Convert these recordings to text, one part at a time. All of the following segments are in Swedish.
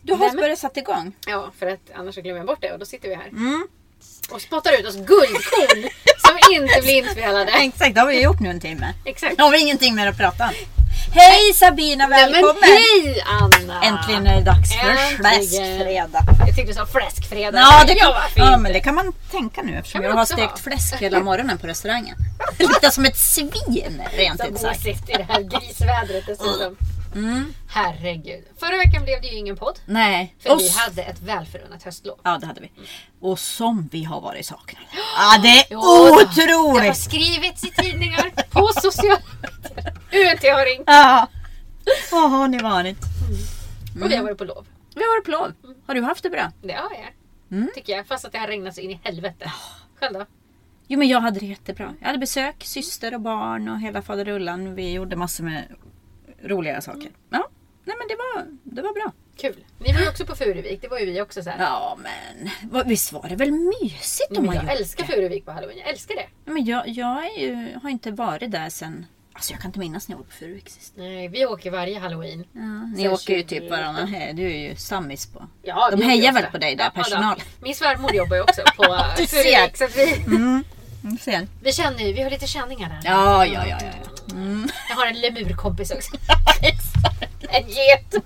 Du har börjat satt igång. Ja, för att annars så glömmer jag bort det och då sitter vi här. Och spottar ut oss guldkorn som inte blir inspelade. Exakt, det har vi gjort nu en timme. Exakt. Nu har vi ingenting mer att prata om. Hej Sabina, välkommen! Hej Anna! Äntligen är det dags för fläskfredag. Jag tyckte du sa fläskfredag. Ja, ja, men det kan man tänka nu eftersom jag har stekt fläsk hela morgonen på restaurangen. Det luktar som ett svin, rent ut sagt. Så i det här grisvädret dessutom. Herregud. Förra veckan blev det ju ingen podd. Nej. För vi hade ett välförunnat höstlov. Ja, det hade vi. Och som vi har varit saknade. Ja, det är otroligt. Det har skrivits i tidningar, på sociala medier. UNT har ringt. Ja. Vad har ni varit? Och vi har varit på lov. Vi har varit på lov. Har du haft det bra? Det har jag. Tycker jag. Fast att det har regnat så in i helvete. Själv då? Jo, men jag hade det jättebra. Jag hade besök, syster och barn och hela faderullan. Vi gjorde massor med roliga saker. Ja, nej men det var bra. Kul. Ni var ju också på Furuvik, det var ju vi också så här. Ja, men visst var det väl mysigt om man jag älskar Furuvik på Halloween, jag älskar det. Men jag har inte varit där sen. Alltså jag kan inte minnas när jag var på Furuvik sist. Nej, vi åker varje Halloween. Ja, ni åker ju typ varannan här. Du är ju sammis på. Ja, de hejar väl på dig där, personal. Ja, min svärmor jobbar ju också på Furuvik så att vi känner ju, vi har lite känningar där. Ja. Jag har en lemurkompis också. En get.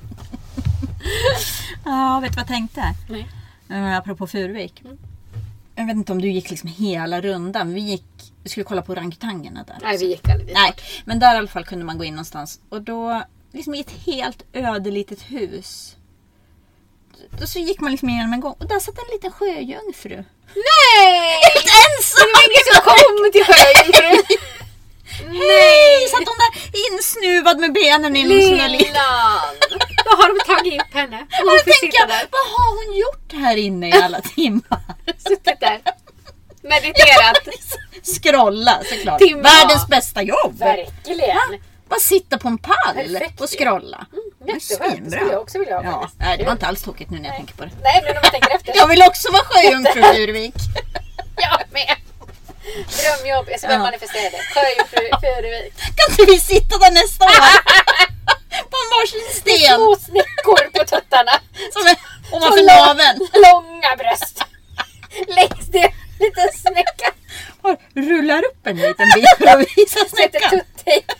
Ja, vet du vad jag tänkte? Nej. Apropå Furuvik. Jag vet inte om du gick liksom hela rundan. Vi skulle kolla på orangutangerna där. Nej, vi gick aldrig dit. Nej, men där i alla fall kunde man gå in någonstans. Och då, liksom i ett helt öde litet hus. Då så gick man liksom igenom en gång. Och där satt en liten sjöjungfru. Nej! Helt ensam! Det var ingen som kom till sjöjungfru. Nej! Satt hon där insnuvad med benen in i sina liv. Då har de tagit upp henne. Jag tänker, vad har hon gjort här inne i alla timmar? Suttit där. Mediterat. Scrolla såklart. Världens bästa jobb. Verkligen. Bara sitta på en pall. Perfekt. Och scrolla. Det skulle jag också vilja ha. Ja, nej, det var inte alls tokigt nu när jag tänker på det. Nej, men om man tänker efter. Jag vill också vara sjöjungfru Furuvik. Jag med. Drömjobb, jag ska manifestera det. Sjöjungfru Furuvik. Kan inte vi sitta där nästa år? På en varsin sten. Små snickor på tuttarna. Som ovanför naveln. Långa bröst. Längst ner, liten snäcka. Rullar upp en liten bit för att visa snäckan. Sätter tuttejp.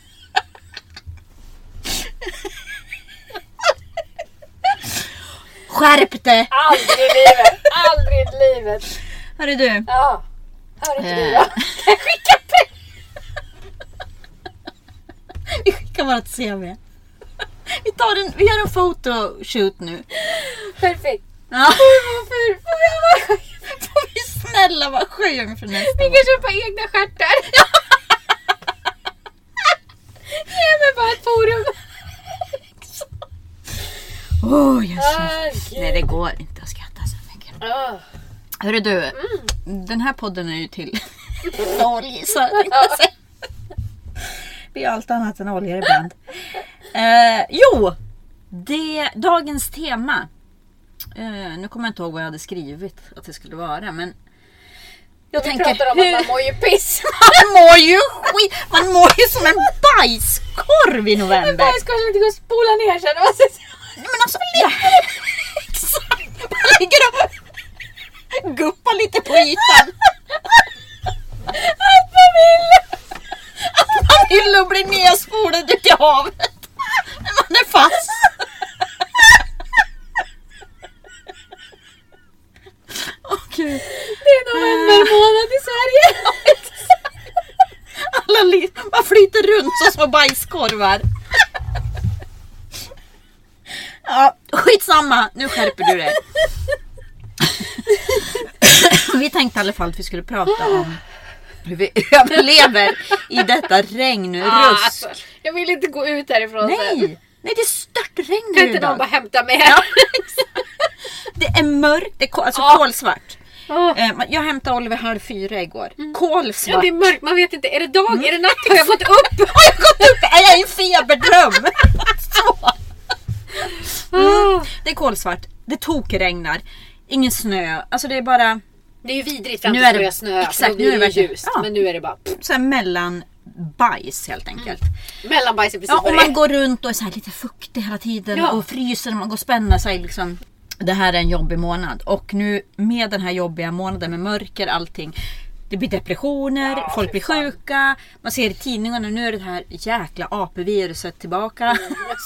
Skärp det! Aldrig i livet. Aldrig i livet. Hörru du. Ja. Hör inte du då? Kan jag skicka pengar? Vi skickar bara ett CV. Vi gör en photoshoot nu. Perfekt. Ja. Får Får vi snälla vara sjöjungfru nästa vi år? kan köpa egna stjärtar. Ge mig bara ett forum. Jesus. Nej, det går inte att skratta så mycket. Hörru du, den här podden är ju till oljisar. Vi är allt annat än oljor ibland. Dagens tema. Nu kommer jag inte ihåg vad jag hade skrivit att det skulle vara, men jag tänker pratar om att man mår ju piss. Man mår ju som en bajskorv i november. En bajskorv som inte går att spola ner sen. Men alltså, exakt. Man ligger och guppar lite på ytan. Att man vill bli nedspolad ut i havet. Men man är fast. Okay. Det är novembermånad i Sverige. Man flyter runt så små bajskorvar. Ja, skitsamma. Nu skärper du dig. Vi tänkte i alla fall att vi skulle prata om hur vi överlever i detta regnrusk. Alltså, jag vill inte gå ut härifrån. Nej, det är störtregn kan nu inte idag. någon bara hämta med? Ja. Det är mörkt, det är kolsvart. Jag hämtade Oliver 3:30 igår. Kolsvart. Ja, det är mörkt, man vet inte. Är det dag? Är det natt? Har jag gått upp? Har jag gått upp? Är jag i en feberdröm? Så. Det är kolsvart. Det tokregnar. Ingen snö. Alltså det är bara... Det är ju vidrigt fram nu tills det är börjar snö. Exakt, nu är det verkligen ljust. Men nu är det bara... Så här mellan bajs helt enkelt. Mellanbajs är precis Ja, vad och det är. man går runt och är så här lite fuktig hela tiden och fryser när man går och spänner sig liksom. Det här är en jobbig månad. Och nu med den här jobbiga månaden med mörker, allting. Det blir depressioner, folk blir sjuka. Man ser i tidningarna, nu är det här jäkla AP-viruset tillbaka.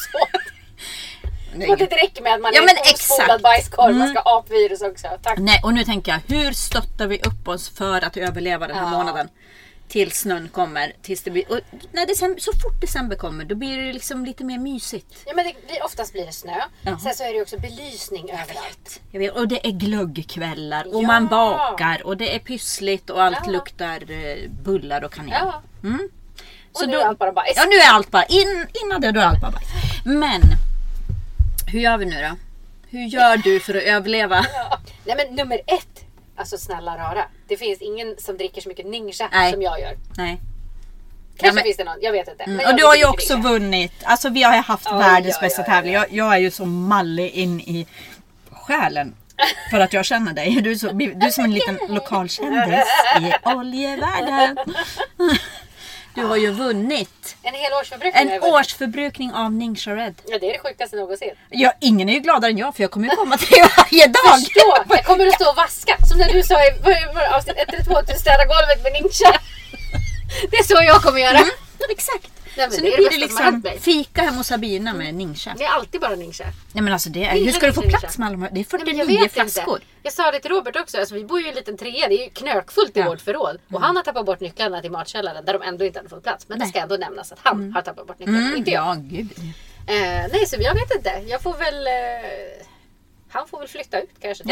Det inte räcker med att man Ja, är men en spolad bajskorv. Man ska ha apvirus också. Tack. Nej, och nu tänker jag, hur stöttar vi upp oss för att överleva den här månaden? Tills snön kommer. Tills det blir, och när så fort december kommer, då blir det liksom lite mer mysigt. Ja, men oftast blir det snö. Sen så är det också belysning överallt. Jag vet, och det är glöggkvällar och man bakar och det är pyssligt och allt luktar bullar och kanel. Ja. Så och nu är allt bara bajs. Ja, nu är allt bara innan det, då är allt bara bajs. Men hur gör vi nu då? Hur gör du för att överleva? Nej, men nummer 1. Alltså snälla rara. Det finns ingen som dricker så mycket ninja som jag gör. Nej. Kanske finns det någon, jag vet inte. Men och du har ju också vunnit. Alltså vi har ju haft världens bästa tävling. Jag är ju så mallig in i själen. För att jag känner dig. Du är som en liten lokal kändis i oljevärlden. Du har ju vunnit. En hel årsförbrukning. En årsförbrukning av Ningxia Red. Ja, det är det sjukaste någonsin. Ja, ingen är ju gladare än jag, för jag kommer ju komma till det varje dag. Förstå, jag kommer att stå och vaska. Som när du sa i avsnitt 1 eller 2 att du städar golvet med Ningxia. Det är så jag kommer göra. Exakt. Nej, så nu blir det liksom fika hemma hos Sabina med Ningxia. Det är alltid bara Ningxia. Nej, men alltså hur ska du få plats med alla de här? Det är 49 flaskor. Inte. Jag sa det till Robert också. Alltså, vi bor ju i en liten trea. Det är ju knökfullt i vårt förråd. Och han har tappat bort nycklarna till matkällaren där de ändå inte hade fått plats. Men det ska ändå nämnas att han har tappat bort nycklarna. Inte jag. Ja, gud. Nej, så jag vet inte. Jag får väl... Han får väl flytta ut kanske.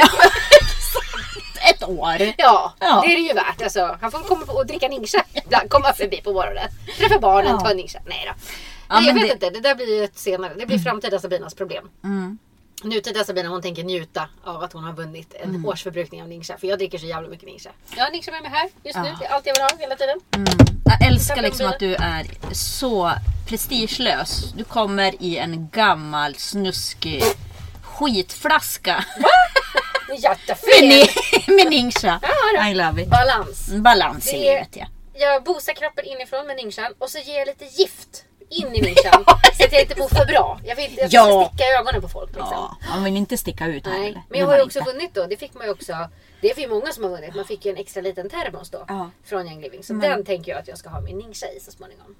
Ett år. Ja, det är det ju värt. Alltså, han får komma och dricka Ningxia. Komma förbi på morgonen. Träffa barnen, ta Ningxia. Nej då. Nej, jag vet inte. Det där blir ju ett senare. Det blir framtida Sabinas problem. Nutida Sabina, hon tänker njuta av att hon har vunnit en årsförbrukning av Ningxia. För jag dricker så jävla mycket Ningxia. Jag har Ningxia med mig här just nu. Det är allt jag vill ha hela tiden. Jag älskar liksom att du är så prestigelös. Du kommer i en gammal snuskig skitflaska. Det är jättefint. Med Ningxia. I love it. Balans i livet, ja. Jag bosar kroppen inifrån med Ningxian och så ger jag lite gift in i Ningxian. Så att jag inte bor för bra. Jag vill inte sticka i ögonen på folk. Liksom. Ja, man vill inte sticka ut här. Nej. Men jag har ju också vunnit då. Det fick man ju också. Det är ju många som har vunnit. Man fick ju en extra liten termos då. Från Young Living. Så den tänker jag att jag ska ha min Ningxia i så småningom.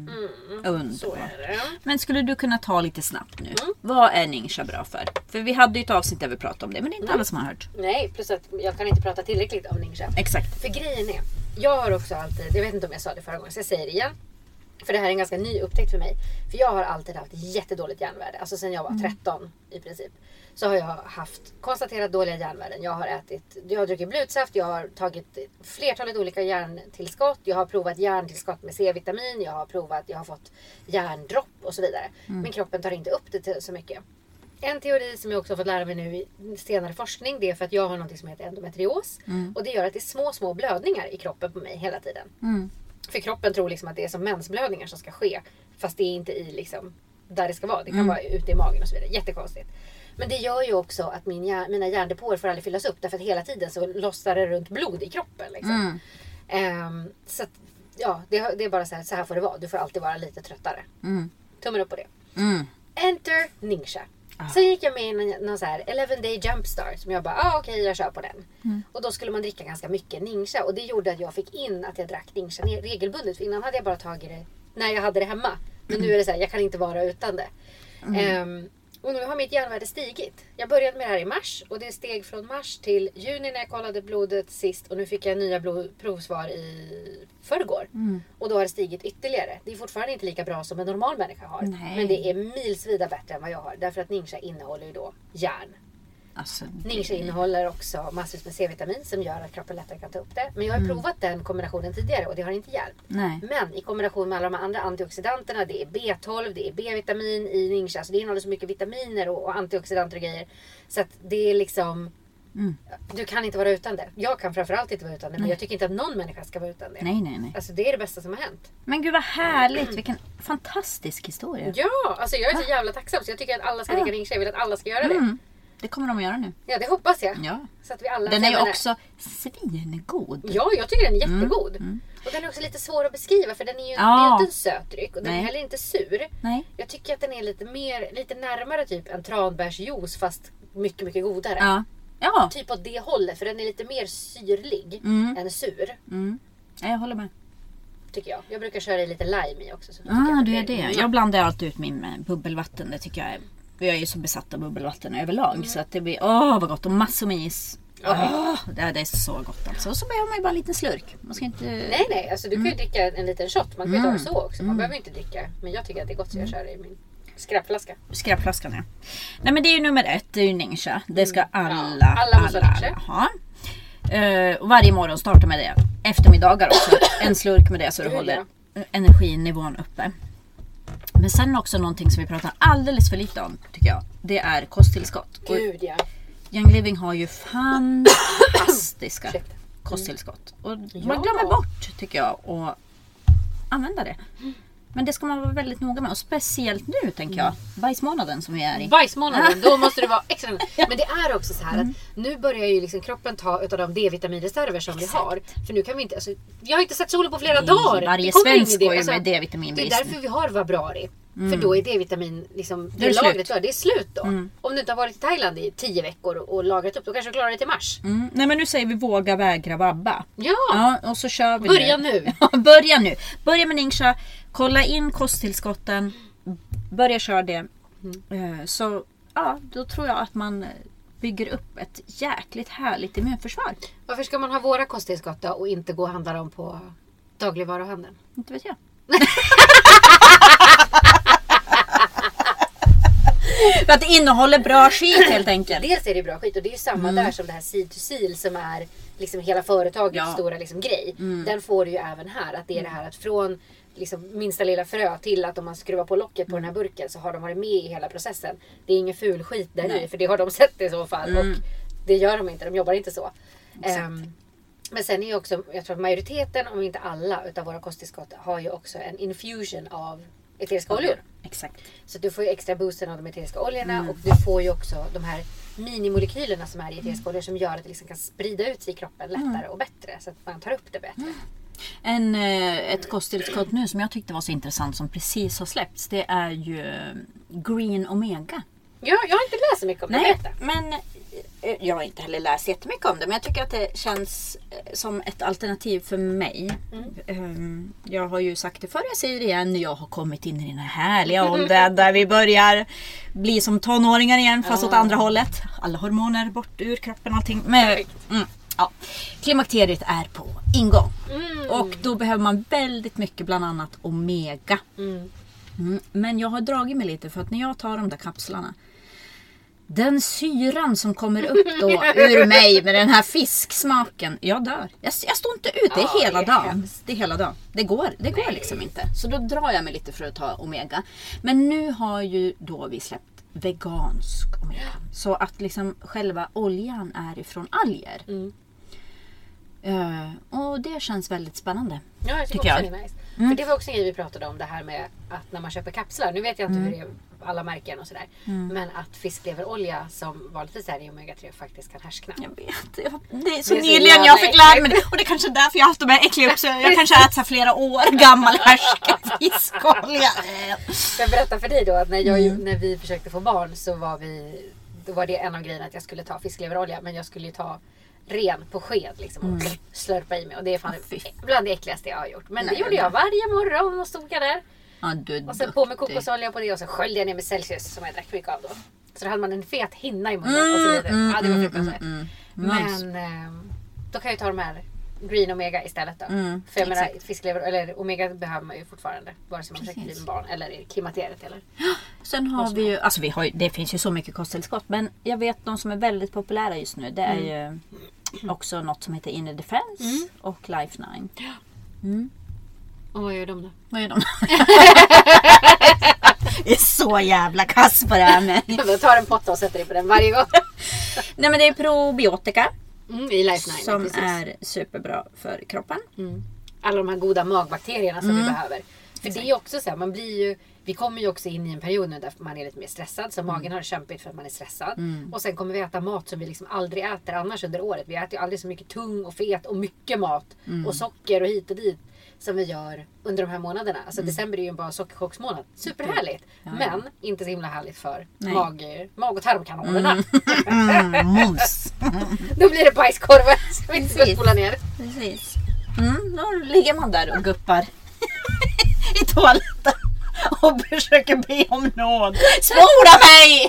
Så är det. Men skulle du kunna ta lite snabbt nu? Vad är Ningxia bra för vi hade ju ett avsnitt där vi pratade om det. Men det är inte alla som har hört. Nej, plus att jag kan inte prata tillräckligt om Ningxia. Exakt. För grejen är. Jag har också alltid. Jag vet inte om jag sa det förra gången. Så jag säger det igen. För det här är en ganska ny upptäckt för mig. För jag har alltid haft jättedåligt järnvärde. Alltså sen jag var 13 i princip. Så har jag haft konstaterat dåliga järnvärden. Jag har druckit blodsaft. Jag har tagit flertalet olika järntillskott. Jag har provat järntillskott med C-vitamin. Jag har fått järndropp och så vidare. Men kroppen tar inte upp det så mycket. En teori som jag också har fått lära mig nu i senare forskning. Det är för att jag har något som heter endometrios. Och det gör att det är små blödningar i kroppen på mig hela tiden. För kroppen tror liksom att det är som mensblödningar som ska ske. Fast det är inte i liksom där det ska vara. Det kan vara ute i magen och så vidare. Jättekonstigt. Men det gör ju också att mina hjärndepåer får aldrig fyllas upp. Därför att hela tiden så lossar det runt blod i kroppen. Liksom. Så att, ja, det är bara så här får det vara. Du får alltid vara lite tröttare. Tummen upp på det. Enter Ningxia. Sen gick jag med i någon så här 11-day jumpstart som jag bara, okej, jag kör på den. Och då skulle man dricka ganska mycket Ningxia. Och det gjorde att jag fick in att jag drack Ningxia regelbundet. För innan hade jag bara tagit det när jag hade det hemma. Men nu är det så här, jag kan inte vara utan det. Och nu har mitt järnvärde stigit. Jag började med det här i mars. Och det steg från mars till juni när jag kollade blodet sist. Och nu fick jag nya provsvar i förrgår. Och då har det stigit ytterligare. Det är fortfarande inte lika bra som en normal människa har. Nej. Men det är milsvida bättre än vad jag har. Därför att Ningxia innehåller ju då järn. Alltså, Ningxia innehåller också massvis med C-vitamin som gör att kroppen lättare kan ta upp det. Men jag har provat den kombinationen tidigare och det har inte hjälpt. Nej. Men i kombination med alla de andra antioxidanterna, det är B12, det är B-vitamin i Ningxia. Så det innehåller så mycket vitaminer och antioxidanter och grejer. Så att det är liksom... Du kan inte vara utan det. Jag kan framförallt inte vara utan det. Men jag tycker inte att någon människa ska vara utan det. Nej. Alltså det är det bästa som har hänt. Men gud vad härligt. Vilken fantastisk historia. Ja, alltså jag är så jävla tacksam. Så jag tycker att alla ska dricka Ningxia. Jag vill att alla ska göra det. Det kommer de att göra nu. Ja, det hoppas jag. Ja. Så att vi alla den är ju också svingod. Ja, jag tycker den är jättegod. Och den är också lite svår att beskriva för den är ju det är inte en söt dryck och den är heller inte sur. Nej. Jag tycker att den är lite närmare typ en tranbärsjuice fast mycket, mycket godare. Ja. Ja. Typ åt det hållet för den är lite mer syrlig än sur. Ja, jag håller med. Tycker jag. Jag brukar köra i lite lime i också. Så Du är det. Jag blandar alltid ut min med bubbelvatten. Det tycker jag är... Jag är ju så besatt av bubbelvatten överlag. Så att det blir, vad gott. Och massor med is. Det är så gott alltså. Och så behöver man ju bara en liten slurk. Man ska inte... Nej. Alltså du kan ju dricka en liten shot. Man kan ju ta det så också. Man behöver inte dricka. Men jag tycker att det är gott så jag kör i min skräpflaska. Skräpflaskan, ja. Nej men det är ju nummer 1. Det är ju Ningxia. Det ska alla ha. Och varje morgon startar med det. Eftermiddagar också. En slurk med det så du håller energinivån uppe. Men sen också någonting som vi pratar alldeles för lite om tycker jag. Det är kosttillskott. Gud ja. Young Living har ju fantastiska kosttillskott. Och man glömmer bort tycker jag att använda det. Men det ska man vara väldigt noga med. Och speciellt nu tänker jag. Bajsmånaden som vi är i. Bajsmånaden, då måste det vara extra noga. Men det är också så här att nu börjar ju liksom kroppen ta utav de D-vitaminreserver som vi har. För nu kan vi inte, alltså, jag har inte sett solen på flera dagar. Varje svensk går ju med D-vitaminbrist. Det är därför vi har Vabrari. För då är D-vitamin liksom, det lagret det är slut då. Om du inte har varit i Thailand i 10 veckor och lagrat upp, då kanske du klarar det till mars. Nej men nu säger vi våga vägra vabba. Ja och så kör vi Börja nu. Börja nu. Börja med Ningxia. Kolla in kosttillskotten. Börja köra det. Så då tror jag att man bygger upp ett jäkligt härligt immunförsvar. Varför ska man ha våra kosttillskott då och inte gå och handla dem på dagligvaruhandeln? Inte vet jag. För att det innehåller bra skit helt enkelt. Dels är det bra skit och det är ju samma där som det här seed to seal som är liksom hela företagets stora liksom grej. Den får du ju även här. Att det är det här att från liksom minsta lilla frö till att om man skruvar på locket på den här burken så har de varit med i hela processen. Det är ingen ful skit där i för det har de sett i så fall. Och det gör de inte, de jobbar inte så. Men sen är ju också, jag tror att majoriteten om inte alla utav våra kosttillskott har ju också en infusion av eteriska oljor. Exakt. Så du får ju extra boosten av de eteriska oljorna och du får ju också de här minimolekylerna som är i eteriska oljor som gör att det liksom kan sprida ut sig i kroppen lättare och bättre så att man tar upp det bättre. Ett kosttillskott nu som jag tyckte var så intressant som precis har släppts, det är ju Green Omega. Ja, jag har inte läst så mycket om det. Nej, men jag har inte heller läst jättemycket om det. Men jag tycker att det känns som ett alternativ för mig. Jag har ju sagt det förr, jag säger det igen. Jag har kommit in i den här härliga åldern där vi börjar bli som tonåringar igen. Fast åt andra hållet. Alla hormoner bort ur kroppen och allting. Men, klimakteriet är på ingång. Och då behöver man väldigt mycket, bland annat omega. Men jag har dragit mig lite för att när jag tar de där kapslarna, den syran som kommer upp då ur mig med den här fisksmaken, jag dör. Jag står inte ut, det är hela dagen. Det är hela dagen. Det går liksom inte. Så då drar jag mig lite för att ta omega. Men nu har ju då vi släppt vegansk omega. Så att liksom själva oljan är ifrån alger. Och det känns väldigt spännande. Ja, jag tycker också det är nice. För det var också en grej vi pratade om, det här med att när man köper kapslar, nu vet jag inte hur det är alla märken och sådär, men att fiskleverolja som vanligtvis är i omega-3 faktiskt kan härskna. Jag vet, det är så nyligen jag fick lära mig det. Och det är kanske därför jag har haft de här äckliga också. Jag kanske har ätit flera år gammal härskad fiskolja. Jag berättar för dig då att när vi försökte få barn så var det en av grejerna att jag skulle ta fiskleverolja, men jag skulle ju ta ren på sked liksom, och slurpa i mig. Och det är fan bland det äckligaste jag har gjort. Men det gjorde jag varje morgon och stod jag där. Och sen på med kokosolja på det och så sköljde jag ner med Celsius som jag drack mycket av då. Så då hade man en fet hinna i munnen och så vidare. Ja, det var fruktansvärt. Men då kan jag ta de här Green Omega istället då. För jag menar, fisklever eller omega behöver man ju fortfarande, vare sig man försöker bli med barn eller i klimakteriet eller. Sen har vi ju, alltså det finns ju så mycket kosttillskott, men jag vet de som är väldigt populära just nu, det är ju också något som heter Inner Defense och Life 9. Och vad gör de då? Det är så jävla kass på det här med. Jag tar en potta och sätter det på den varje gång. Nej, men det är probiotika. I Life 9 som precis. är superbra för kroppen. Alla de här goda magbakterierna som vi behöver. För det är ju också så här, man blir ju vi kommer ju också in i en period nu där man är lite mer stressad. Så magen har det kämpigt för att man är stressad. Och sen kommer vi äta mat som vi liksom aldrig äter annars under året. Vi äter ju aldrig så mycket tung och fet och mycket mat. Och socker och hit och dit. Som vi gör under de här månaderna. Alltså december är ju bara sockerchocksmånad. Superhärligt. Men inte så himla härligt för mag- och tarmkanalerna. Mums. Då blir det bajskorvar som vi inte ska spola ner. Precis. Då ligger man där och guppar i toaletten och försöker be om nåd. Spola mig!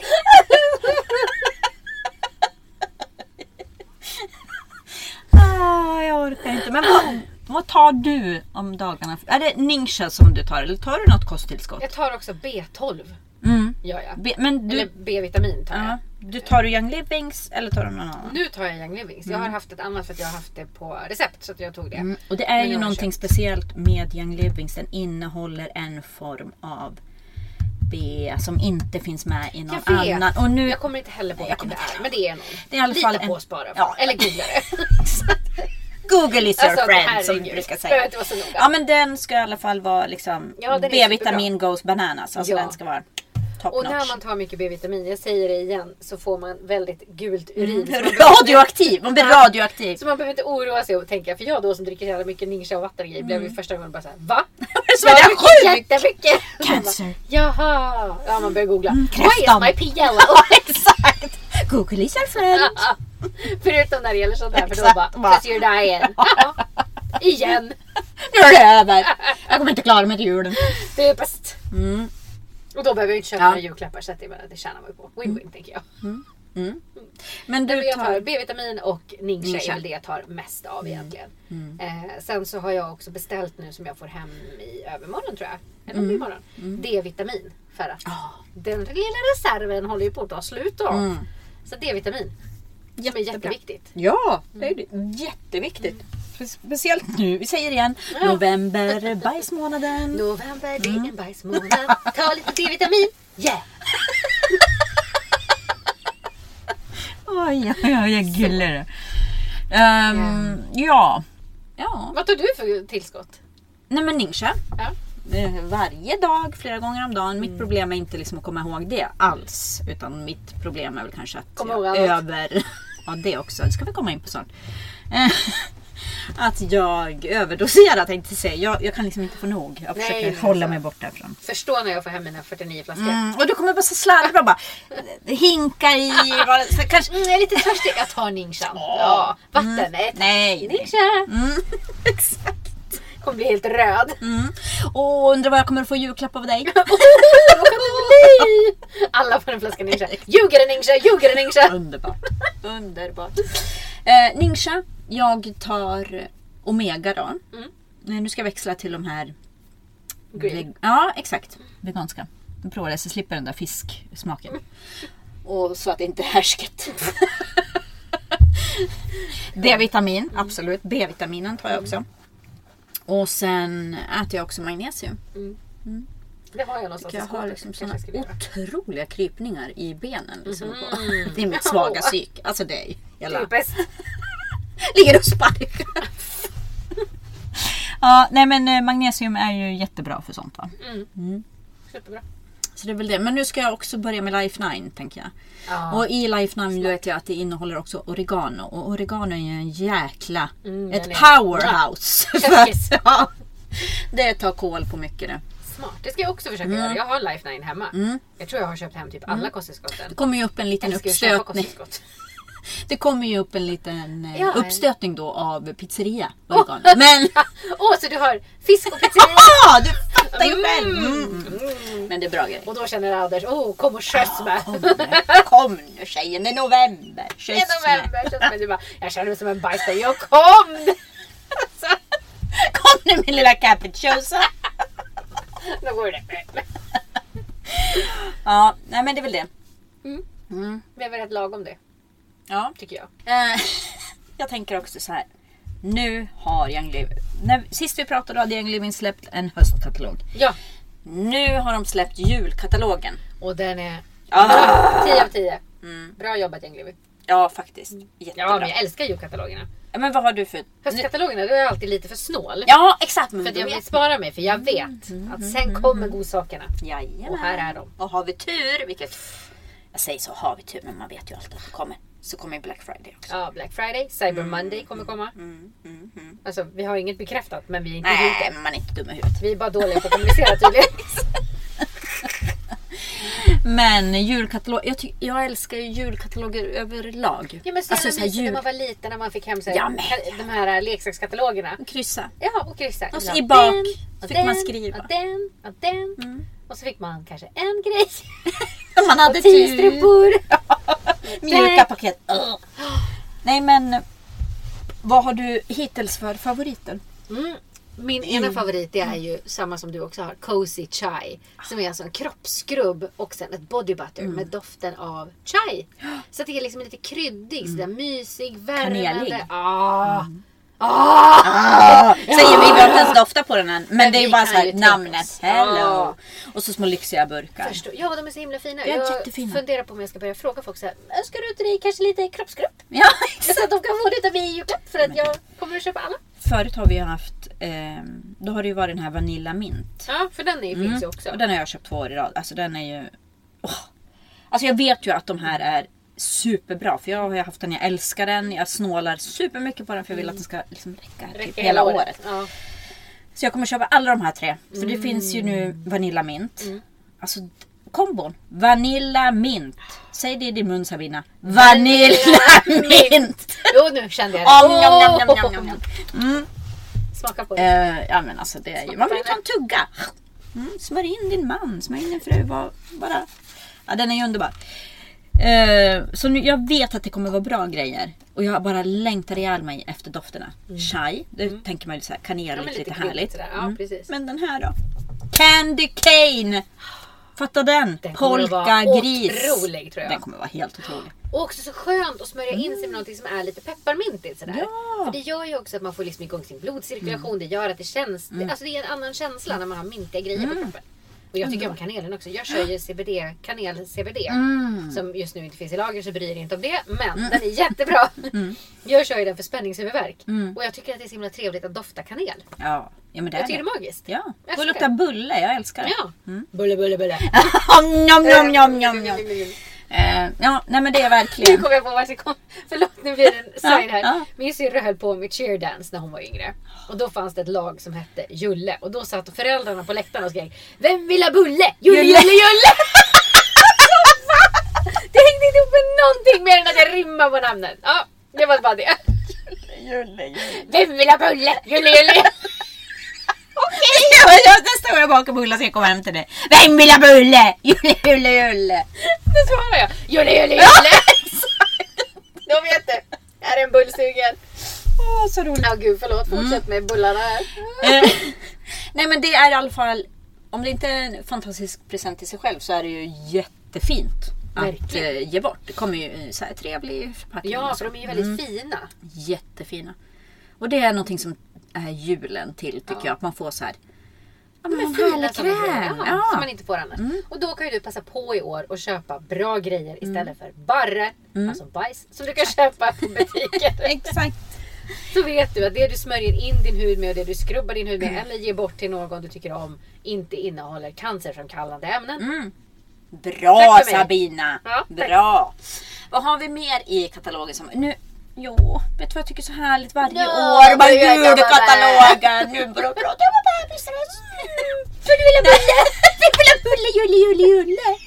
Jag orkar inte. Men vad tar du om dagarna? Är det Ningxia som du tar? Eller tar du något kosttillskott? Jag tar också B12. Gör jag. Men du, eller B-vitamin tar jag. Du tar du Young Livings eller tar du någon annan? Nu tar jag Young Livings. Jag har haft ett annat för att jag har haft det på recept. Så att jag tog det. Och det är ju någonting speciellt med Young Livings. Den innehåller en form av B som inte finns med i någon annan. Och nu, jag kommer inte heller på vilken det är. Men det är någon. Det är i alla fall lita på spara. Eller googla det. Google is your friend som du brukar säga. Inte vara så noga. Ja, men den ska i alla fall vara liksom B-vitamin goes bananas. Alltså den ska vara top och notch. när man tar mycket B-vitamin, jag säger det igen, så får man väldigt gult urin. Radioaktiv, man blir radioaktiv. Så man behöver inte oroa sig och tänka, för jag då som dricker så jävla mycket Ningxia och vatten blev ju första gången bara såhär, va? Så är det jättemycket. Cancer. Jaha. Ja, man börjar googla. Why is my pee yellow? Exakt. Google is your friend. Förutom när det gäller sånt här, för då bara, 'cause you're dying. Igen. Nu är det över. Jag kommer inte klara mig till julen. Det är bäst. Och då behöver jag inte köpa några julklappar, så det tjänar man ju på. Win-win, tänker jag. Men du tar B-vitamin och Ningxia är väl det jag tar mest av egentligen. Sen så har jag också beställt nu som jag får hem i övermorgon, tror jag. Eller imorgon. D-vitamin. För att den lilla reserven håller ju på att ta slut då. Så D-vitamin. Som är jätteviktigt. Ja, det är jätteviktigt. Speciellt nu, vi säger igen, november, bajsmånaden. November, det är en bajsmånad. Ta lite D-vitamin. Yeah! Oj, jag gillar det. Ja. Vad tar du för tillskott? Nej, men Ningxia. Ja. Varje dag, flera gånger om dagen. Mitt problem är inte liksom att komma ihåg det alls. Utan mitt problem är väl kanske att ja, det också. Det ska vi komma in på snart. Att jag överdoserar, tänkte jag säga. Jag kan liksom inte få nog. Jag försöker hålla mig bort därifrån. Förstå när jag får hem mina 49 flaskor. Och du kommer bara så slarva bara. Hinka i. Kanske. Jag är lite törstig. Jag tar Ningxia. Ja, vatten. Nej. Ningxia. Exakt. Kommer bli helt röd. Och undrar vad jag kommer att få julklapp av dig. Alla får en flaska Ningxia. You get a Ningxia. Underbart. Ningxia, jag tar Omega då. Nu ska jag växla till de här ja, exakt. Veganska. Jag provar det så slipper den där fisksmaken. Och så att det inte är härsket. D-vitamin, absolut. B-vitaminen tar jag också. Och sen äter jag också magnesium. Det har jag någonstans. Jag har liksom såna otroliga krypningar i benen. Liksom, på. Det är mitt svaga psyk. Alltså det är jävla... Ligger och sparkar. Ja, nej men magnesium är ju jättebra för sånt, va? Superbra. Så det är väl det. Men nu ska jag också börja med Life 9, tänker jag. Och i Life 9 vet jag att det innehåller också oregano. Och oregano är ju en jäkla... ett powerhouse. Ja, det tar kål på mycket nu. Smart. Det ska jag också försöka göra. Jag har Life 9 hemma. Jag tror jag har köpt hem typ alla kosttillskotten. Det kommer ju upp en liten uppstötning. Det kommer ju upp en liten uppstötning då av pizzeria. Men så du har fisk och pizzeria. Ja, du fattar ju själv. Men det är bra grejer. Och då känner Anders, kom och köss med. Kom nu tjejen, det är november. Köss med. Du bara, jag känner mig som en bajsare. Jag kom. Kom nu min lilla capricciosa. Då går det. Ja, nej men det är väl det. Det är väl rätt lagom det. Ja, tycker jag. Jag tänker också så här. Nu har Young Living... Sist vi pratade hade Young Living släppt en höstkatalog. Ja. Nu har de släppt julkatalogen. Och den är 10 av 10. Bra jobbat Young Living. Ja, faktiskt. Jättebra. Ja, men jag älskar julkatalogerna. Men vad har du för... Höstkatalogerna, då är jag alltid lite för snål. Ja, exakt. För att jag vill spara mig, för jag vet att sen kommer godsakerna. Jajamän. Och här är de. Och har vi tur, vilket... Jag säger så, har vi tur, men man vet ju alltid att det kommer. Så kommer Black Friday också. Ja, Black Friday, Cyber Monday kommer komma. Alltså, vi har inget bekräftat, men vi är inte Nej, man är inte dum i huvudet. Vi är bara dåliga på att kommunicera tydligen. Men julkatalog, jag älskar ju julkataloger överlag. Ja, men så alltså, så när man var liten, när man fick hem så här, de här leksakskatalogerna. Kryssa. Ja, och kryssa. Och så i bak fick man skriva. Och den. Och så fick man kanske en grej. Man hade 10 strumpor. Mjuka paket. Nej, men vad har du hittills för favoriter? Min ena favorit, det är ju samma som du också har, Cozy Chai, som är alltså en kroppsskrubb och sen ett body butter med doften av chai. Så att det är liksom lite kryddig, sådär mysig, värmande. Säger vi behöver inte ens dofta på den än. Men det är ju bara så här namnet. Hello. Och så små lyxiga burkar. Ja, de är så himla fina. Ja, jag funderar på om jag ska börja fråga folk så här, önskar du till dig kanske lite kroppsskrubb? Ja, så att de kan få lite av julklapp, för att jag kommer att köpa alla. Förut har vi haft, då har det ju varit den här Vanilla Mint. Ja, för den finns ju också. Och den har jag köpt 2 år i rad. Alltså den är ju... Alltså jag vet ju att de här är superbra. För jag har haft den, jag älskar den. Jag snålar supermycket på den för jag vill att den ska liksom räcka typ hela året. Ja. Så jag kommer köpa alla de här 3. För det finns ju nu Vanilla Mint. Alltså kombon. Vanilla Mint. Säg det i din mun, Sabina. Vanilla Mint. Jo, nu kände jag det. Smaka på det. Ja, men alltså det är ju... Man vill ta en tugga. Smörj in din man. Smörj in din fru. Bara... Ja, den är ju underbar. Så nu, jag vet att det kommer vara bra grejer. Och jag bara längtar ihjäl mig efter dofterna. Chai, det tänker man ju så här, kanel, lite härligt. Ja, precis. Men den här då? Candy cane! Fatta den! Polka gris. Otrolig, tror jag. Den kommer vara helt otrolig. Och också så skönt att smörja in sig med något som är lite pepparmintigt sådär. Ja. För det gör ju också att man får liksom igång sin blodcirkulation. Det gör att det känns, alltså det är en annan känsla när man har mintiga grejer på kroppen. Och jag tycker om kanelen också. Jag kör ju kanel-CBD. Som just nu inte finns i lager, så bryr jag inte om det. Men den är jättebra. Jag kör ju den för spänningshuvudvärk. Och jag tycker att det är så himla trevligt att dofta kanel. Ja, men det jag tycker det är magiskt. Ja, och lukta bulle, jag älskar det. Ja, bulle. Ja, nej men det är verkligen. Nu kommer jag på vad jag kom. Förlåt, nu blir det en slide här. Min syrra höll på med cheerdance när hon var yngre. Och då fanns det ett lag som hette Julle. Och då satt föräldrarna på läktaren och skrek: vem vill ha bulle? Julle! Det hängde inte ihop med någonting mer än att jag rimmar på namnet. Ja, det var bara det. Julle. Vem vill ha bulle? Julle. Okej, nästa gång jag bakar bullar ska jag komma hem till dig. Vem vill ha bulle? Julle. Det svarar jag. Julle. Då vet du. Här är en bullsugen. Så roligt. Ja, gud, förlåt. Fortsätt med bullarna här. Nej, men det är i alla fall, om det inte är en fantastisk present till sig själv, så är det ju jättefint att ge bort. Det kommer ju så här trevlig förpackning. Ja, för de är ju väldigt fina. Jättefina. Och det är någonting som är julen till, tycker jag. Att man får så här... Ja, men härlig kräm. Som man inte får annars. Och då kan ju du passa på i år och köpa bra grejer istället för barre, alltså bajs, som du kan köpa på butiken. Exakt. Så vet du att det du smörjer in din hud med och det du skrubbar din hud med eller ger bort till någon du tycker om inte innehåller cancerframkallande ämnen. Bra, Sabina. Ja, bra. Vad har vi mer i katalogen som... Nu, vet du vad jag tycker så härligt varje år? Bara julkatalogen. Nu börjar jag prata om bebisar. För du vill ha bulle. Du vill ha bulle, julle.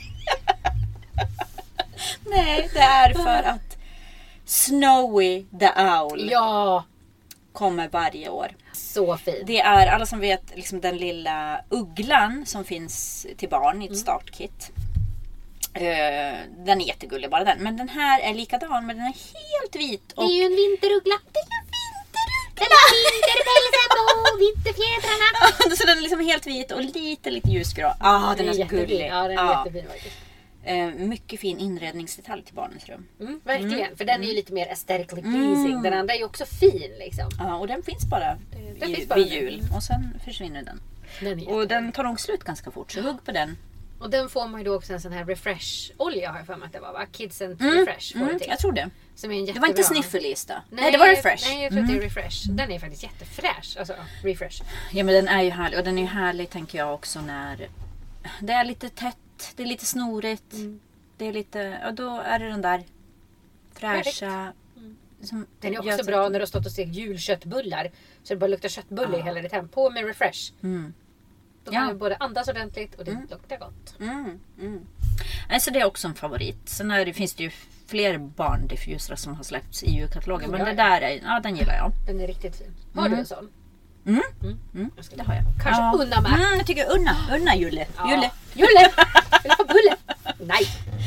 Nej, det är för att Snowy the Owl kommer varje år. Så fint. Det är, alla som vet, liksom den lilla ugglan som finns till barn i ett startkit. Den är jättegullig bara den. Men den här är likadan, men den är helt vit. Och det är ju en vinteruggla. Det är en vinteruggla. Den har vinterpälsar på vinterfjädrarna. Så den är liksom helt vit och lite ljusgrå. Den är så gullig. Ja, den är jättefin faktiskt. Mycket fin inredningsdetalj till barnens rum. Verkligen, för den är ju lite mer aesthetically pleasing. Den andra är ju också fin liksom. Ja, och den finns bara vid jul. Och sen försvinner den. Och den tar nog slut ganska fort, så hugg på den Och den får man ju då också en sån här refresh-olja har jag för mig att det var, va? Kids and Refresh får det till. Jag tror det. Som är en Det var inte jättebra. Sniffelista. Nej, det var Refresh. Nej, jag tror att det är Refresh. Den är faktiskt jättefräsch. Alltså, Refresh. Ja, men den är ju härlig. Och den är ju härlig, tänker jag också, när det är lite tätt, det är lite snorigt. Det är lite, och då är det den där fräscha. Som Den är också bra när du har stått och stekt julköttbullar. Så det bara luktar köttbulle i hela ditt hem. På med Refresh. Då kan man både andas ordentligt och det luktar gott. Alltså det är också en favorit. Sen finns det ju fler barndiffusrar som har släppts i julkatalogen. Men det där är, den gillar jag. Den är riktigt fin. Har du en sån? Det har jag. Kanske unna med. Jag tycker unna Julle. Julle! Vill du ha bulle? Nej.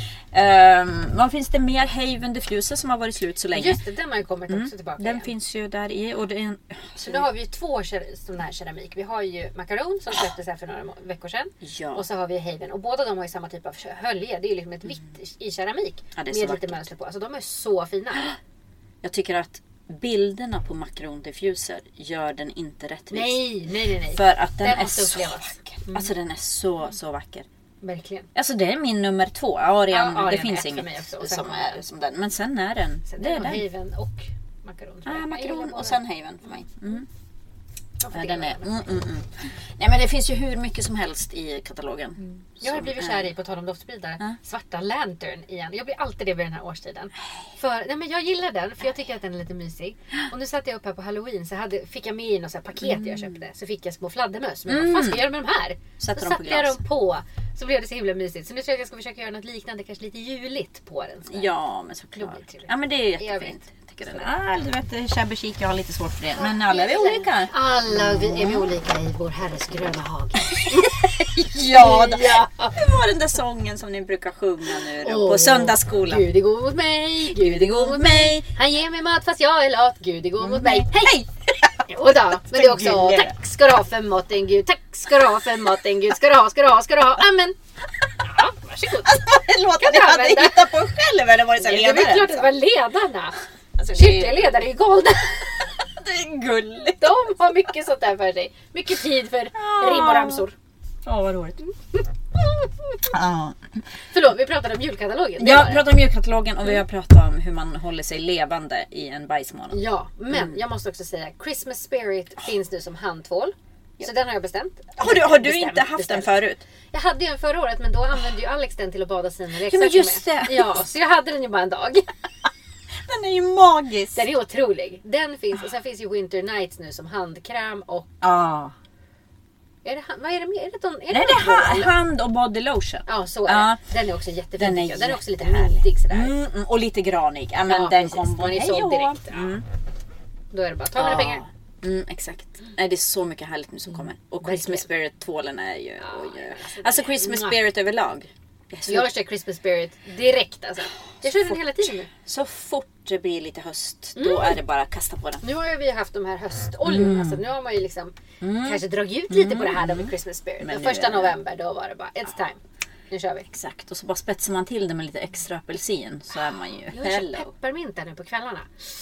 Vad finns det mer? Haven Diffuser som har varit slut så länge. Just det, den har ju kommit också tillbaka Den igen. finns ju där i. Och det är Så nu har vi ju 2 sådana här keramik. Vi har ju Macaron som släpptes här för några veckor sedan. Ja. Och så har vi Haven. Och båda de har ju samma typ av hölje. Det är ju liksom ett vitt i keramik. Ja, det är med så lite vackert. mönster på. Alltså de är så fina. Jag tycker att bilderna på Macaron Diffuser gör den inte rättvis. Nej. För att den är måste så upplevas. vacker. Alltså den är så vacker. Verkligen. Alltså det är min nummer 2. Arian, Arian det är finns ett för inget mig också. Och sen som kommer är den. som den. Men sen är den. Sen Det är är den. Haven och Macaron. tror jag. Macaron och sen Haven för mig. Jag får Ja, dela den är, den. Nej, men det finns ju hur mycket som helst i katalogen. Jag har blivit kär i, på tal om doftspridare, Svarta Lantern igen. Jag blir alltid det vid den här årstiden. Men jag gillar den för jag tycker att den är lite mysig. Och nu satt jag upp här på Halloween så fick jag med in något paket jag köpte. Så fick jag små fladdermöss. Men vad fan ska jag göra med de här? Sätter Så dem på satte jag glas. dem på. Så blev det så himla mysigt. Så nu tror jag att jag ska försöka göra något liknande, kanske lite juligt på den. Så Ja, men Det såklart. blir trevligt. Ja, men det är Jag jättefint. vet. Jag tycker den. Du vet, shabby chic, jag har lite svårt för det. Men alla är vi olika. Alla är vi olika i vår herres gröna hage. Ja, det var den där sången som ni brukar sjunga nu då, på söndagsskolan. Gud är god mot mig, Gud är god mot mig. Han ger mig mat fast jag är lat, Gud är god mot mig. Hej! Och då, men det är också tack ska du ha för maten Gud, tack ska du ha för maten Gud, ska du ha, amen. Ja, varsågod. Låter ni hade hittat på själv eller var det så Det ledare? är väl klart att det var ledarna. Alltså, Kyrkliga ledare är ju galna. Det är gulligt. De har mycket sånt där för sig. Mycket tid för rim och ramsor. Ja, vad roligt. Ja. Förlåt, vi pratade om julkatalogen. Jag pratar om julkatalogen och vi har pratat om hur man håller sig levande i en bajsmånad. Ja, men jag måste också säga Christmas Spirit finns nu som handtvål. Så den har jag bestämt. Har du inte haft den förut? Jag hade ju en förra året men då använde ju Alex den till att bada sina leksaker men just med. det. Ja, så jag hade den ju bara en dag. Den är ju magisk. Den är otrolig. Den finns och sen finns ju Winter Nights nu som handkräm och Ja. vad är det mer? Nej, det är hand och body lotion. Ja, så är Ja. det. Den är också jättefin. Den är Den är också lite jättehärlig. mintig sådär. Och lite granig. Ja, men Ja, den precis. kombon. Man är Hej så och hå. direkt. Ja. Då är det bara ta mina pengar. Exakt. Nej, det är så mycket härligt nu som kommer. Och Christmas Spirit tvålen är ju... Alltså Christmas Mwah. Spirit överlag. Jag kör Christmas Spirit direkt alltså. Jag kör den hela tiden nu. Så fort det blir lite höst, då är det bara att kasta på den. Nu har ju vi haft de här höstoljorna så nu har man ju liksom kanske dragit ut lite på det här då med Christmas Spirit. Men Den nu första är det- november då var det bara it's time. Nu kör vi. Exakt. Och så bara spetsar man till det med lite extra apelsin så är man ju Jag har köpt hello. pepparmint där nu på kvällarna.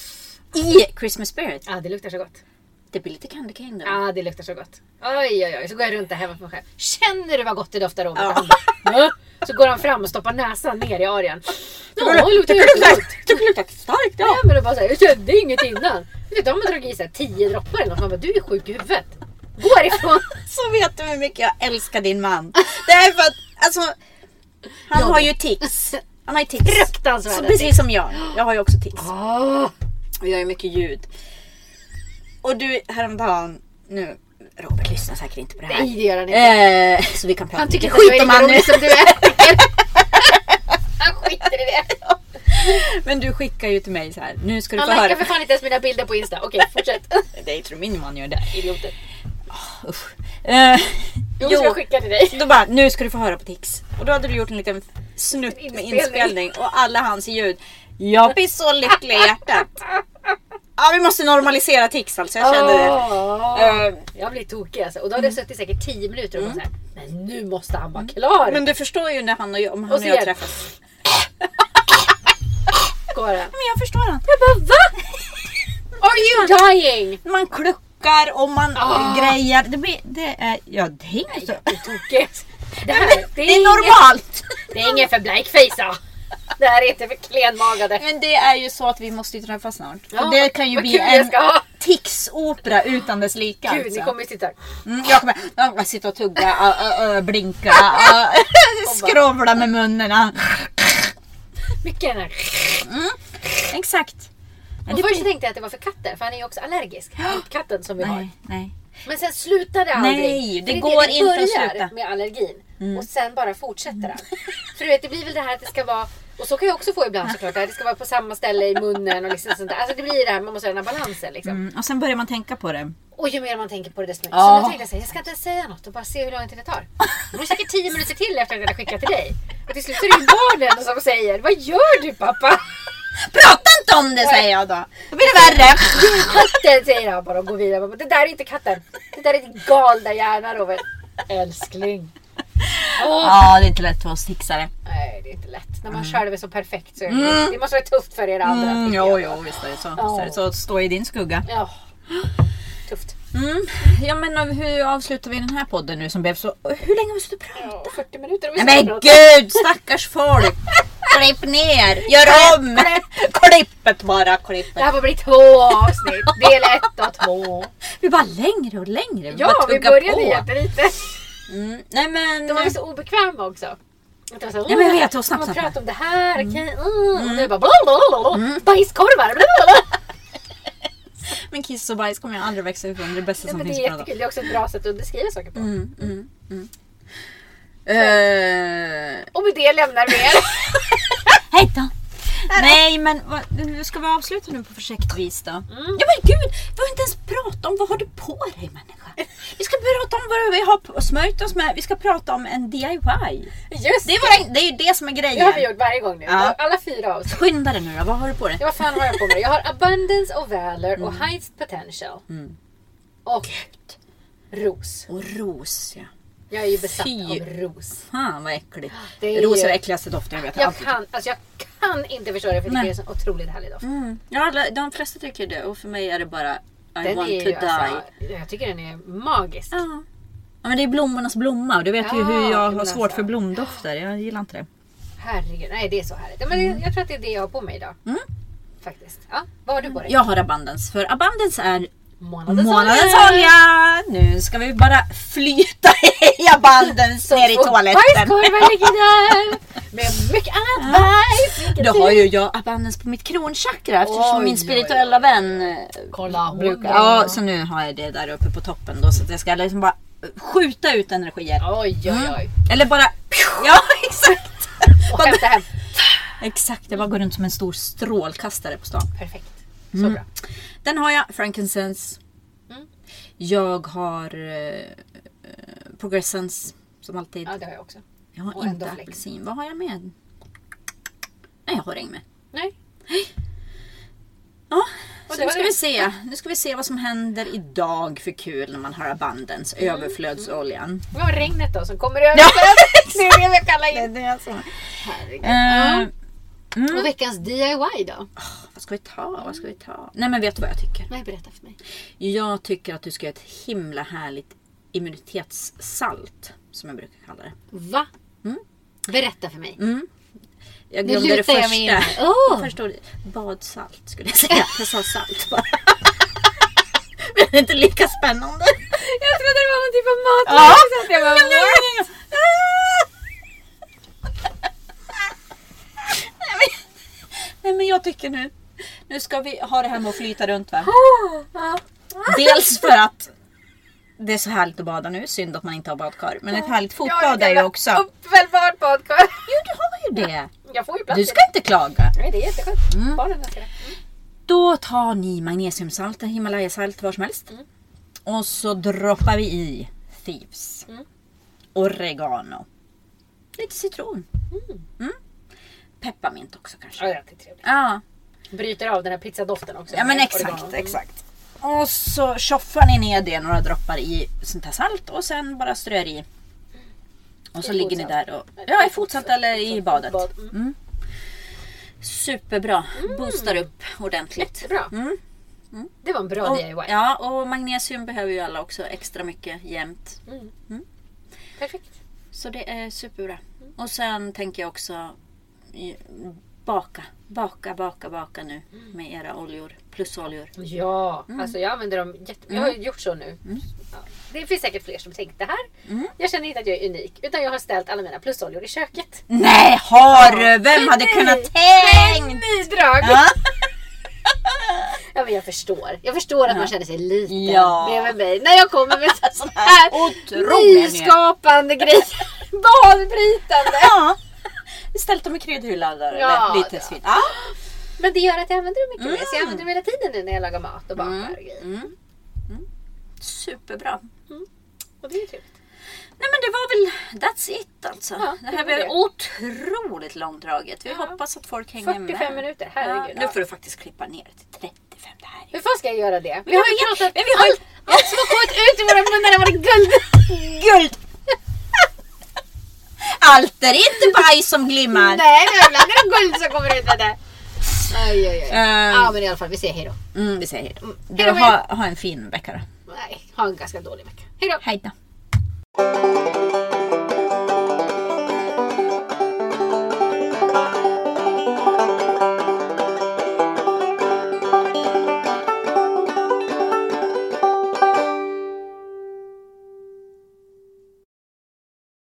I Christmas Spirit. Ja, det luktar så gott. Det blir lite candy cane då. Ja, det luktar så gott. Oj. Så går jag runt där hemma för mig själv. Känner du vad gott det doftar Robert? Ja. Han bara, "Hå?" Så går han fram och stoppar näsan ner i Arian. Ja, det luktar jättegott. Det luktar starkt. Ja, men det bara så här, jag kände inget innan. Du vet, de har dragit i sig 10 droppar eller något. Man bara, du är sjuk i huvudet. Gå ifrån. Så vet du hur mycket jag älskar din man. Det är för att, alltså, han har ju tics. Han har ju tics. Fruktansvärda Så precis som jag. Jag har ju också tics. Åh. Och jag gör mycket ljud. Och du, häromdagen, nu, Robert lyssnar säkert inte på det här. Nej, det gör han inte. Så vi kan prata Han tycker lite att skit du om är han lika nu. rolig som du är. Han skiter i det. Men du skickar ju till mig så här. Nu ska du Han få höra. likar för fan inte ens mina bilder på Insta. Okej, fortsätt. Det tror min man gör det. Idioter. Usch. Jo, ska jag skicka till dig. Då bara, nu ska du få höra på tics. Och då hade du gjort en liten snutt med Inspelning. inspelning. Och alla hans ljud. Jag blir så lycklig i hjärtat. Ja, vi måste normalisera tics alltså. Jag kände det. Jag blir tokig alltså. Och då hade jag suttit säkert 10 minuter och bara så här, men nu måste han vara klar. Men du förstår ju när han och jag, om han Och och så jag gör- träffas. Går han. Men jag förstår han. Jag bara, va? Are you dying? Man kluckar och man grejer. Det är, ja, det är inte så. Jag är tokig. Det är normalt. Det är inget för blackface. Det här är inte för klenmagade. Men det är ju så att vi måste ju träffas snart. Ja, det kan ju bli en Tix-opera utan dess lika. Gud, ni kommer ju sitta. Jag kommer sitta och tugga, blinka, skrovla med munnen. Mycket här. Exakt. Och först tänkte jag att det var för katten, för han är ju också allergisk. Katten som vi har. Nej. Men sen slutade aldrig. Nej, det går inte att sluta. Med allergin. Och sen bara fortsätter han. För du vet, det blir väl det här att det ska vara, och så kan jag också få ibland såklart, att det ska vara på samma ställe i munnen och liksom sånt där. Alltså det blir det här, man måste ha den här balansen liksom. Och sen börjar man tänka på det. Och ju mer man tänker på det desto mer. Så nu tänkte jag säga, jag ska inte säga något och bara se hur lång tid det tar. Det blir säkert 10 minuter till efter att jag skickat till dig. Och till slut så är det ju barnen som säger, vad gör du pappa? Prata inte om det, säger jag då. Då blir det värre. Katten, säger han bara och går vidare. Det där är inte katten. Det där är din galna hjärna, Robert. Älskling. Ja, det är inte lätt för oss fixare. Nej, det är inte lätt. När man kör det så perfekt så är det, det måste vara tufft för er andra. Jo, visst är det så. Visst är det så att stå i din skugga. Ja, tufft. Ja, men hur avslutar vi den här podden nu som blev så... Hur länge har vi suttit och pratat? Ja, 40 minuter. Nej, men gud, stackars folk. Klipp ner, gör om. Klippet bara, klippet. Det här får bli 2 avsnitt. Del 1 och 2. Vi bara längre och längre. Ja, vi började jättelite. Nej, men... De var så obekväma också. Att det var så, ja, men jag vet, snabbt. Man pratar om det här. Och nu bara bajskorvar. Men kiss och bajs kommer jag aldrig växa ifrån. Det är det bästa som finns. Det är jättekul. Det är också ett bra sätt att beskriva saker på. Och med det lämnar vi er. Hej då. Nej, men hur ska vi avsluta nu på försiktigtvis då? Ja, men gud, vi har inte ens pratat om vad har du på dig, människa? Vi ska prata om vad vi har smörjt oss med. Vi ska prata om en DIY. Just det är ju det som är grejen. Det har vi gjort varje gång nu. Ja. Alla 4 avsnitt. Skynda dig nu då, vad har du på dig? Ja, vad fan har jag på mig? Jag har Abundance of Valor och Highest Potential. Och ros. Och ros, ja. Jag är ju besatt av ros. Fan vad äckligt. Är ros är det äckligaste doften jag vet. Jag kan inte förstå det, för det är en så otroligt härlig doft. Ja, de flesta tycker det. Och för mig är det bara I want to die. Alltså, jag tycker den är magisk. Ja, men det är blommornas blomma. Och du vet ju hur jag har svårt för blomdofter. Jag gillar inte det. Herregud, nej det är så härligt. Men jag tror att det är det jag har på mig idag. Faktiskt. Ja, vad har du på dig? Jag har Abundance. För Abundance är månadens olja. Nu ska vi bara flyta i Abundance ner i toaletten. Bajskorvar ligger där. Med mycket annat bajs. Då har ju jag Abundance på mitt kronchakra. Eftersom min spirituella vän brukar. Ja, så nu har jag det där uppe på toppen då. Så att jag ska liksom bara skjuta ut energier. Oj. Eller bara... Ja, exakt. Och hämta hem. Exakt, det bara går runt som en stor strålkastare på stan. Perfekt. Så bra. Den har jag, frankincense. Jag har Progressence som alltid. Ja, det har jag också. Jag har inte apelsin. Vad har jag med? Nej, jag har inget med. Nej. Ja, så nu ska vi se vad som händer idag för kul när man har Abundance, överflödsoljan. Ja, regnet då som kommer över. Ja, det är det vi kallar in. Det är så. Herregud. Och veckans DIY då? Vad ska vi ta? Nej, men vet du vad jag tycker? Nej, berätta för mig. Jag tycker att du ska göra ett himla härligt immunitetssalt, som jag brukar kalla det. Va? Berätta för mig. Jag glömde det första. Förstår, badsalt skulle jag säga. Jag sa salt bara. Men det är inte lika spännande. Jag trodde det var någon typ av mat. Nej, men jag tycker nu ska vi ha det här med att flyta runt, va? Dels för att det är så härligt att bada nu. Synd att man inte har badkar. Men ett härligt fotbad är ju också. Uppvällbart badkar. Jo, du har ju det. Jag får ju plats. Du ska inte klaga. Nej, det är jätteskönt. Barnen älskar det. Då tar ni magnesiumsalt, Himalaya-salt, var som helst. Och så droppar vi i thieves. Oregano. Lite citron. Pepparmint också kanske. Ja, det är trevligt. Ja. Bryter av den här pizzadoften också. Ja, men exakt. Och så tjoffar ni ner det några droppar i sånt här salt. Och sen bara strör i. Och så ligger ni där och... Ja, i fotsalt eller i badet. Superbra. Boostar upp ordentligt. Jättebra. Det var en bra DIY. Ja, och magnesium behöver ju alla också extra mycket jämt. Perfekt. Så det är superbra. Och sen tänker jag också baka nu med era oljor, plusoljor. Ja, alltså jag använder dem jag har gjort så nu. Ja. Det finns säkert fler som tänkt det här. Jag känner inte att jag är unik, utan jag har ställt alla mina plusoljor i köket. Nej, har du? Vem hade kunnat tänkt? Bidrag. Ja, men jag förstår att man känner sig liten bredvid mig när jag kommer med sån här nyskapande grejer. Banbrytande. Ja. Istället dem i kryddhyllan eller lite svin. Ja. Men det gör att jag använder dem mycket mer. Så jag använder dem hela tiden nu när jag lagar mat och bakar och grejer. Superbra. Och det är trevligt. Nej, men det var väl that's it alltså. Ja, det här blev otroligt långdraget. Vi hoppas att folk hänger 45 med. 45 minuter, herregud. Nu får du faktiskt klippa ner det till 35. Det här. Hur fan ska jag göra det? Vi har ju pratat allt som har kommit ut i våra munnar var det guld. Guld! Allt är inte bajs som glimmar. Nej, det är guld som kommer ut med det. Aj. Ja, men i alla fall, vi säger hej då. Vi säger hej då. Du ha en fin vecka då. Nej, ha en ganska dålig vecka. Hej då. Hej då.